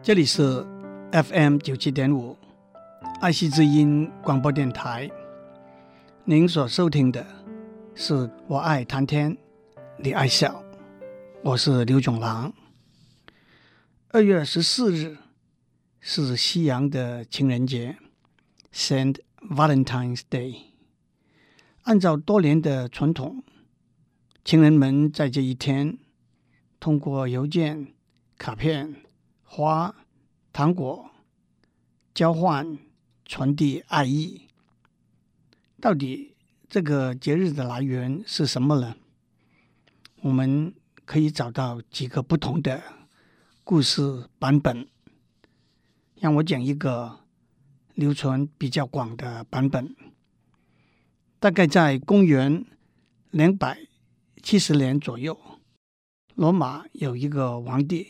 这里是 FM97.5 爱惜之音广播电台，您所收听的是我爱谈天你爱笑，我是刘炯郎。2月14日是西洋的情人节 Saint Valentine's Day。 按照多年的传统，情人们在这一天通过邮件、卡片、花、糖果交换传递爱意。到底这个节日的来源是什么呢？我们可以找到几个不同的故事版本。让我讲一个流传比较广的版本。大概在公元270年左右，罗马有一个皇帝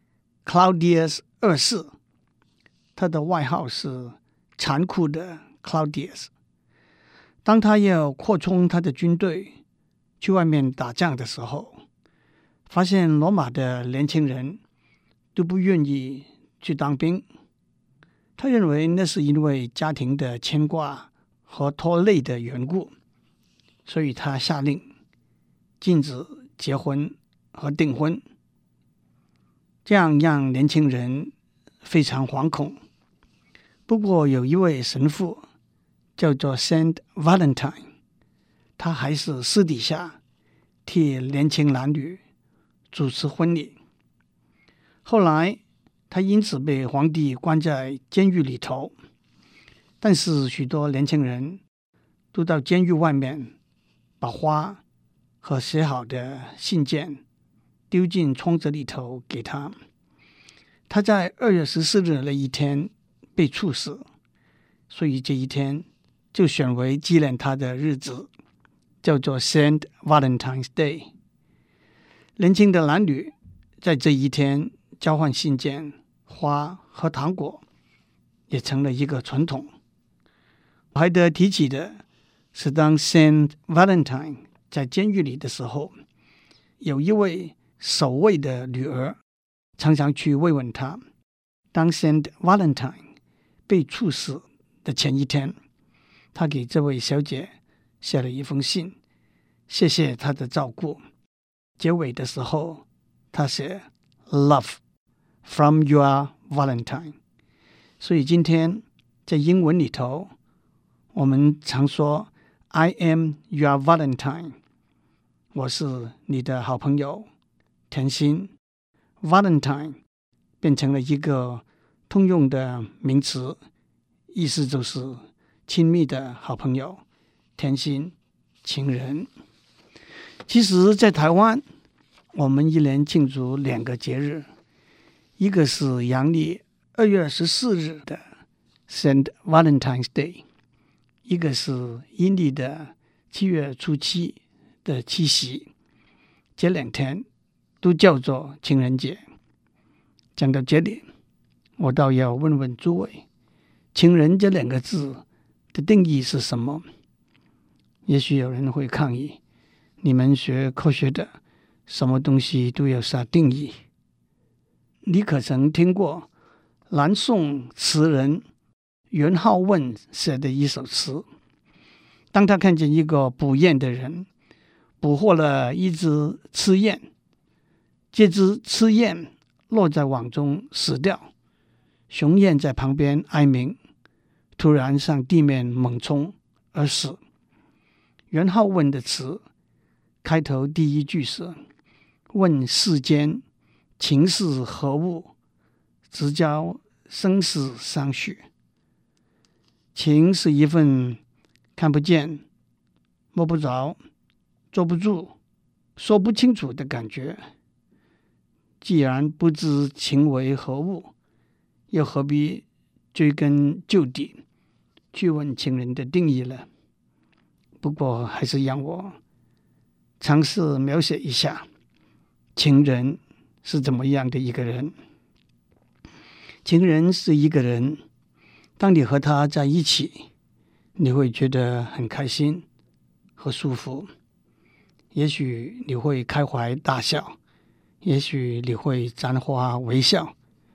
Claudius 二世，他的外号是残酷的 Claudius。 当他要扩充他的军队去外面打仗的时候，发现罗马的年轻人都不愿意去当兵。他认为那是因为家庭的牵挂和拖累的缘故，所以他下令禁止结婚和订婚，这样让年轻人非常惶恐。不过有一位神父叫做 Saint Valentine， 他还是私底下替年轻男女主持婚礼。后来他因此被皇帝关在监狱里头，但是许多年轻人都到监狱外面把花和写好的信件丢进窗子里头给他。他在2月14日那一天被处死，所以这一天就选为纪念他的日子，叫做 Saint Valentine's Day。 年轻的男女在这一天交换信件、花和糖果，也成了一个传统。我还得提起的是，当 Saint Valentine 在监狱里的时候，有一位守卫的女儿常常去慰问他。当 Saint Valentine 被处死的前一天，他给这位小姐写了一封信，谢谢她的照顾。结尾的时候他写 Love from your Valentine。 所以今天在英文里头，我们常说 I am your Valentine， 我是你的好朋友甜心。 Valentine 变成了一个通用的名词，意思就是亲密的好朋友、甜心、情人。其实在台湾，我们一年庆祝2个节日，一个是阳历2月14日的 Saint Valentine's Day， 一个是阴历的7月初7的七夕。这2天都叫做情人节。讲到这里，我倒要问问诸位，情人这2个字的定义是什么？也许有人会抗议，你们学科学的，什么东西都要下定义。你可曾听过南宋词人元好问写的一首词？当他看见一个捕雁的人捕获了一只雌雁，这只雌雁落在网中死掉，雄雁在旁边哀鸣，突然向地面猛冲而死。元好问的词开头第一句是：问世间情是何物，直教生死相许。情是一份看不见、摸不着、捉不住、说不清楚的感觉。既然不知情为何物，又何必追根究底去问情人的定义呢？不过还是让我尝试描写一下情人是怎么样的一个人。情人是一个人，当你和他在一起，你会觉得很开心和舒服。也许你会开怀大笑，也许你会沾花微笑，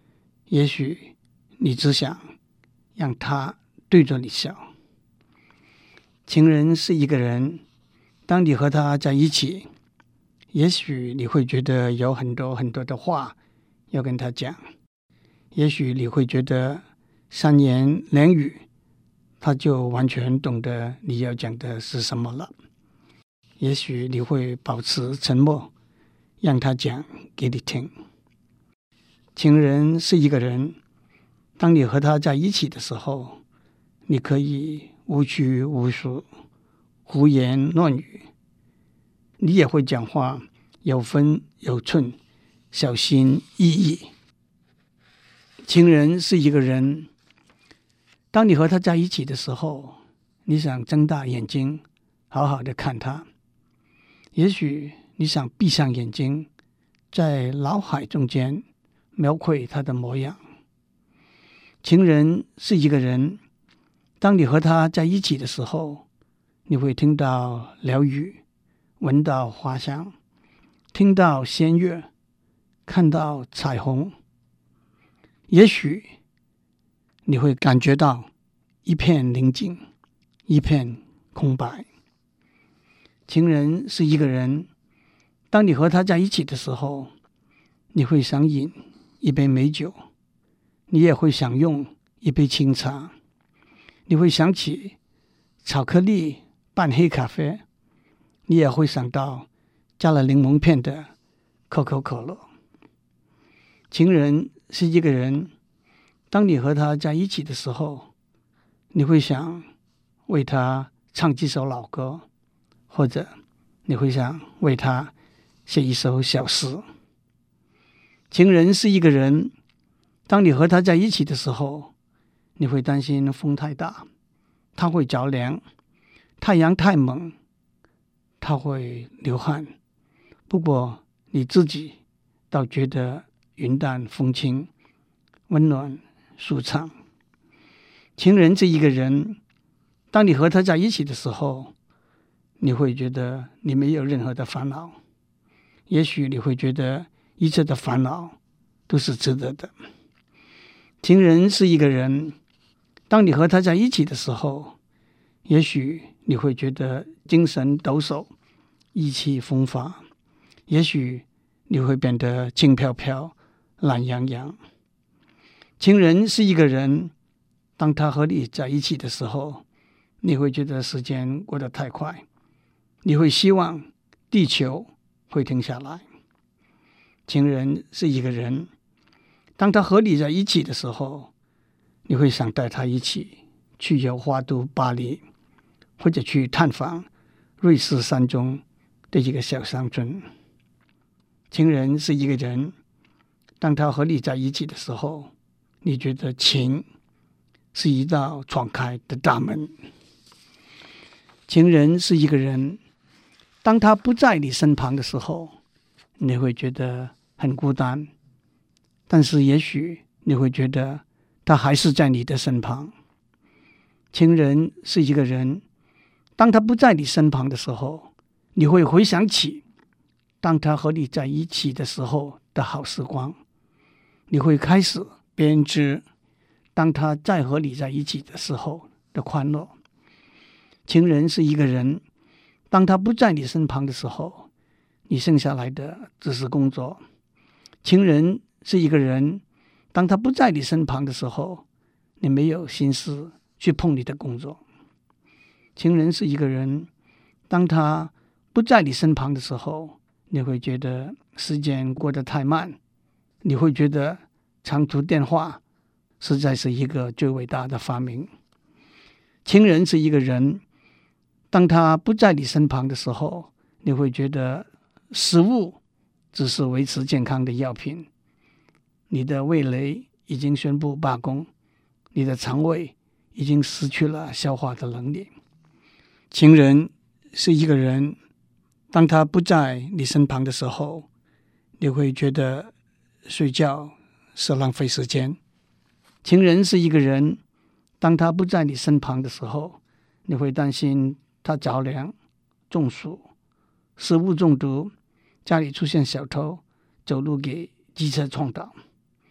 也许你只想让他对着你笑。情人是一个人，当你和他在一起，也许你会觉得有很多很多的话要跟他讲，也许你会觉得三言两语他就完全懂得你要讲的是什么了，也许你会保持沉默，让他讲给你听。情人是一个人，当你和他在一起的时候，你可以无拘无束，胡言乱语，你也会讲话有分有寸，小心翼翼。情人是一个人，当你和他在一起的时候，你想睁大眼睛好好的看他，也许你想闭上眼睛，在脑海中间描绘他的模样。情人是一个人，当你和他在一起的时候，你会听到鸟语，闻到花香，听到仙乐，看到彩虹。也许你会感觉到一片宁静，一片空白。情人是一个人，当你和他在一起的时候，你会想饮一杯美酒，你也会想用一杯清茶，你会想起巧克力拌黑咖啡，你也会想到加了柠檬片的可口可乐。情人是一个人，当你和他在一起的时候，你会想为他唱几首老歌，或者你会想为他写一首小诗。情人是一个人，当你和他在一起的时候，你会担心风太大，他会着凉，太阳太猛，他会流汗。不过你自己倒觉得云淡风轻，温暖舒畅。情人这一个人，当你和他在一起的时候，你会觉得你没有任何的烦恼，也许你会觉得一切的烦恼都是值得的。情人是一个人，当你和他在一起的时候，也许你会觉得精神抖擞，意气风发，也许你会变得轻飘飘，懒洋洋。情人是一个人，当他和你在一起的时候，你会觉得时间过得太快，你会希望地球会停下来。情人是一个人，当他和你在一起的时候，你会想带他一起去游花都巴黎，或者去探访瑞士山中的一个小乡村。情人是一个人，当他和你在一起的时候，你觉得情是一道闯开的大门。情人是一个人，当他不在你身旁的时候，你会觉得很孤单，但是也许你会觉得他还是在你的身旁。情人是一个人，当他不在你身旁的时候，你会回想起当他和你在一起的时候的好时光，你会开始编织当他再和你在一起的时候的欢乐。情人是一个人，当他不在你身旁的时候，你剩下来的只是工作。情人是一个人，当他不在你身旁的时候，你没有心思去碰你的工作。情人是一个人，当他不在你身旁的时候，你会觉得时间过得太慢，你会觉得长途电话实在是一个最伟大的发明。情人是一个人，当他不在你身旁的时候，你会觉得食物只是维持健康的药品，你的味蕾已经宣布罢工，你的肠胃已经失去了消化的能力。情人是一个人，当他不在你身旁的时候，你会觉得睡觉是浪费时间。情人是一个人，当他不在你身旁的时候，你会担心他着凉、中暑、食物中毒，家里出现小偷，走路给机车撞倒。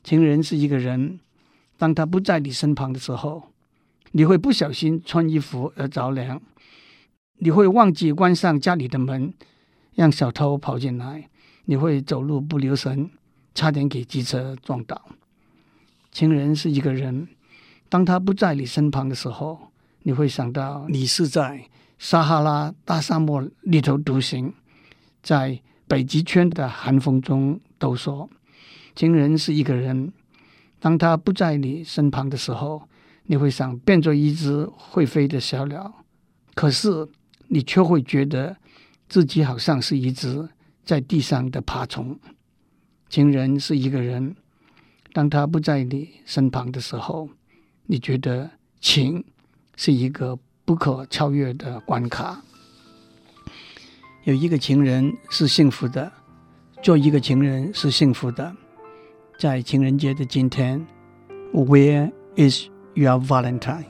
情人是一个人，当他不在你身旁的时候，你会不小心穿衣服而着凉，你会忘记关上家里的门，让小偷跑进来，你会走路不留神，差点给机车撞倒。情人是一个人，当他不在你身旁的时候，你会想到你是在撒哈拉大沙漠里头独行，在北极圈的寒风中兜缩。情人是一个人，当他不在你身旁的时候，你会想变作一只会飞的小鸟，可是你却会觉得自己好像是一只在地上的爬虫。情人是一个人，当他不在你身旁的时候，你觉得情是一个不可超越的关卡。有一个情人是幸福的，做一个情人是幸福的。在情人节的今天 ，Where is your Valentine？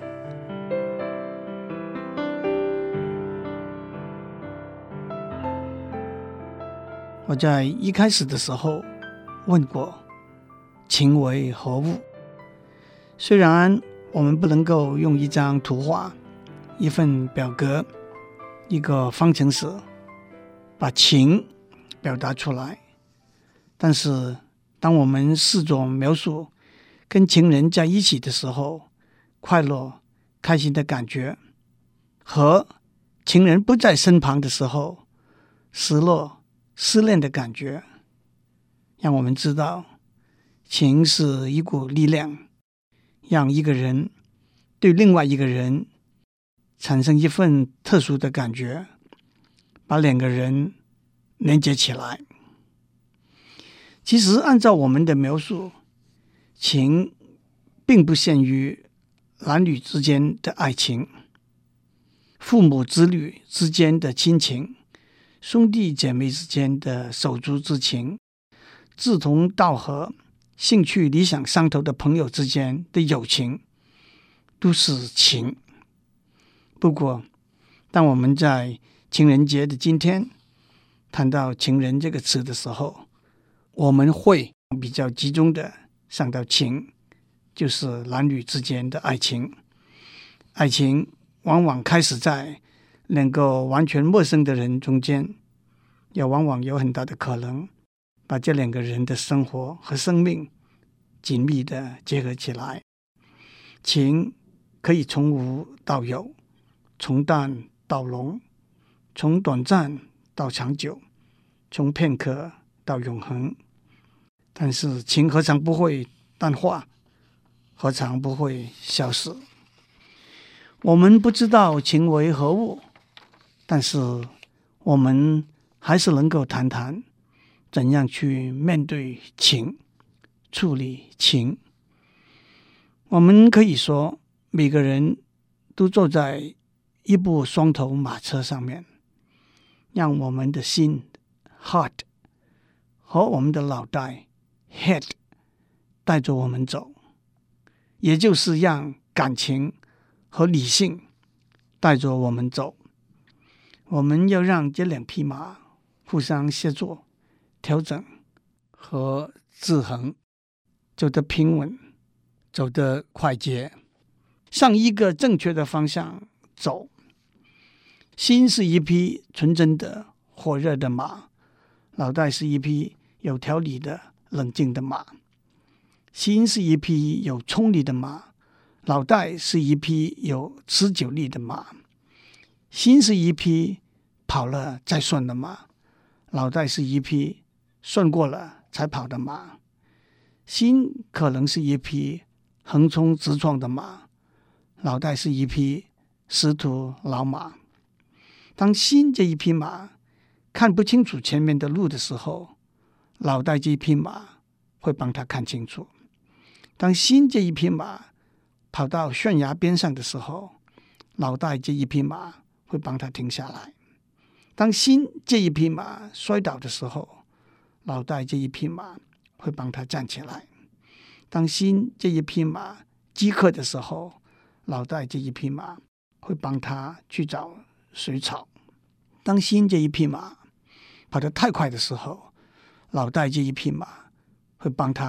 我在一开始的时候问过，情为何物？虽然我们不能够用一张图画、一份表格、一个方程式把情表达出来，但是当我们试着描述跟情人在一起的时候快乐、开心的感觉，和情人不在身旁的时候失落、失恋的感觉，让我们知道情是一股力量，让一个人对另外一个人产生一份特殊的感觉，把两个人连接起来。其实按照我们的描述，情并不限于男女之间的爱情，父母子女之间的亲情，兄弟姐妹之间的手足之情，志同道合、兴趣理想相投的朋友之间的友情，都是情。不过当我们在情人节的今天谈到情人这个词的时候，我们会比较集中的想到情，就是男女之间的爱情。爱情往往开始在两个完全陌生的人中间，也往往有很大的可能把这两个人的生活和生命紧密的结合起来。情可以从无到有，从淡到浓，从短暂到长久，从片刻到永恒。但是情何尝不会淡化，何尝不会消失？我们不知道情为何物，但是我们还是能够谈谈怎样去面对情，处理情。我们可以说，每个人都坐在一部双头马车上面，让我们的心 heart 和我们的脑袋 head 带着我们走，也就是让感情和理性带着我们走。我们要让这两匹马互相协作、调整和制衡，走得平稳，走得快捷，向一个正确的方向走。心是一匹纯真的火热的马，脑袋是一匹有条理的冷静的马。心是一匹有冲力的马，脑袋是一匹有持久力的马。心是一匹跑了再算的马，脑袋是一匹算过了才跑的马。心可能是一匹横冲直撞的马，脑袋是一匹识途老马。当心这一匹马看不清楚前面的路的时候，脑袋这一匹马会帮他看清楚。当心这一匹马跑到悬崖边上的时候，脑袋这一匹马会帮他停下来。当心这一匹马摔倒的时候，脑袋这一匹马会帮他站起来。当心这一匹马饥渴的时候，脑袋这一匹马会帮他去找水草。当心这一匹马跑得太快的时候，脑袋这一匹马会帮他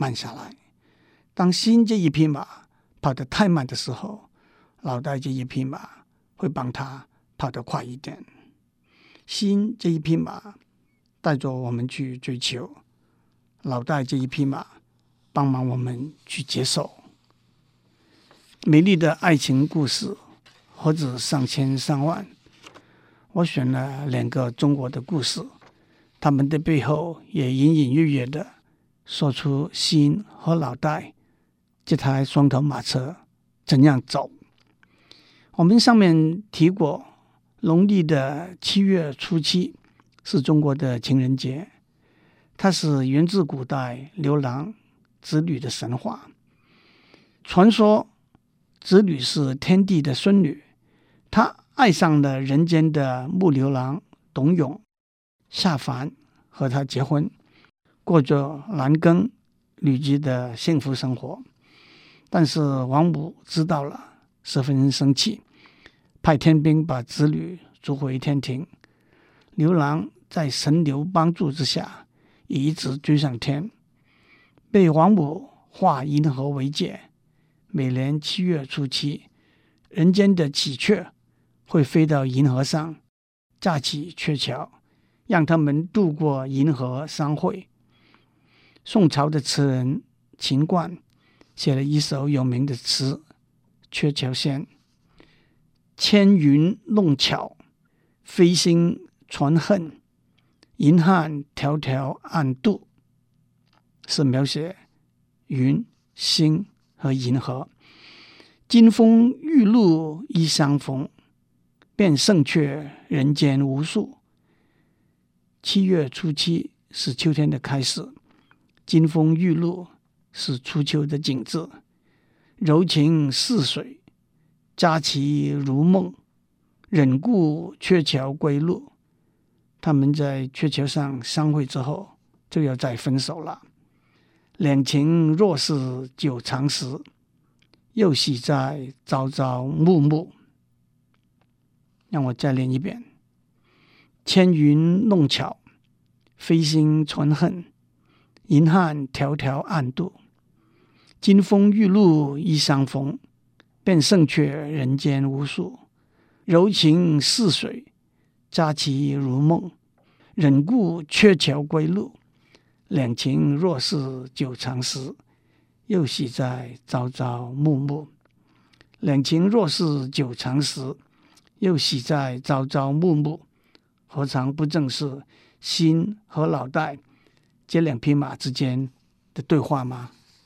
慢下来。当新这一匹马跑得太慢的时候，老戴这一匹马会帮他跑得快一点。新这一匹马带着我们去追求，老戴这一匹马帮忙我们去接受。美丽的爱情故事何止上千上万，我选了2个中国的故事，他们的背后也隐隐约约的说出新和老戴这台双头马车怎样走。我们上面提过，农历的7月初7是中国的情人节，它是源自古代牛郎织女的神话。传说织女是天帝的孙女，她爱上了人间的木牛郎董永，下凡和他结婚，过着男耕女织的幸福生活。但是王母知道了，十分生气，派天兵把织女逐回天庭。牛郎在神牛帮助之下，一直追上天，被王母化银河为界。每年7月初7，人间的喜鹊会飞到银河上，架起鹊桥，让他们渡过银河相会。宋朝的词人秦观写了一首有名的词《鹊桥仙》：千云弄巧，飞星传恨，银汉迢迢暗度，是描写云、星和银河。金风玉露一相逢，便胜却人间无数。7月初7是秋天的开始，金风玉露是初秋的景致。柔情似水，佳期如梦，忍顾鹊桥归路。他们在鹊桥上相会之后，就要再分手了。两情若是久长时，又喜在朝朝暮暮。让我再练一遍：千云弄巧，飞星传恨，银汉迢迢暗度。金风玉露一相逢，便胜却人间无数。柔情似水，佳期如梦，忍顾鹊桥归路。两情若是久长时，又喜在朝朝暮暮。两情若是久长时，又喜在朝朝暮暮，何尝不正是新和老戴这2匹马之间的对话吗？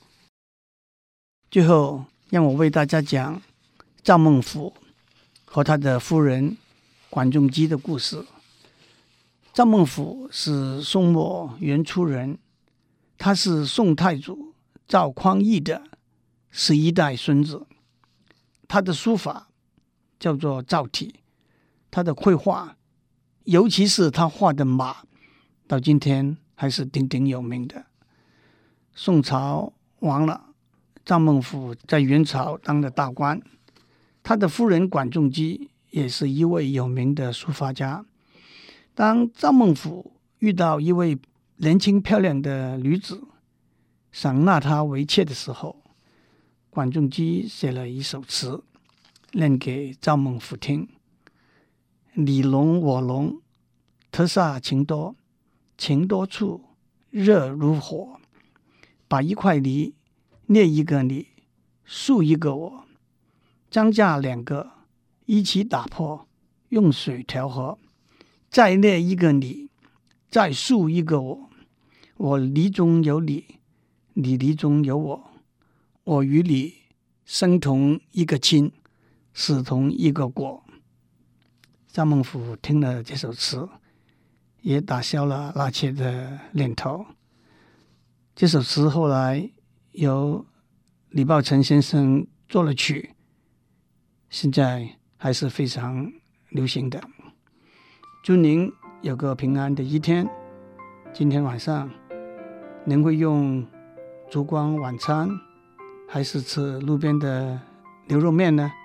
最后，让我为大家讲赵孟頫和他的夫人管仲基的故事。赵孟頫是宋末元初人，他是宋太祖赵匡胤的11代孙子。他的书法叫做赵体，他的绘画，尤其是他画的马，到今天还是鼎鼎有名的。宋朝亡了，赵孟頫在元朝当了大官。他的夫人管仲基也是一位有名的书法家。当赵孟頫遇到一位年轻漂亮的女子，想纳她为妾的时候，管仲基写了一首词，念给赵孟頫听：你侬我侬，特煞情多，情多处，热如火。把一块泥捏一个你，塑一个我，将架2个一起打破，用水调和，再捏一个你，再塑一个我。我泥中有你，你泥中有我，我与你生同一个亲，死同一个果。赵孟頫听了这首词，也打消了纳妾的念头。这首词后来由李抱忱先生作了曲，现在还是非常流行的。祝您有个平安的一天。今天晚上您会用烛光晚餐，还是吃路边的牛肉面呢？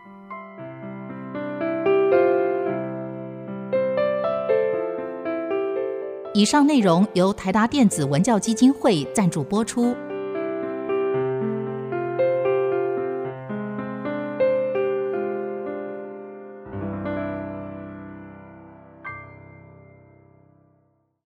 以上内容由台达电子文教基金会赞助播出。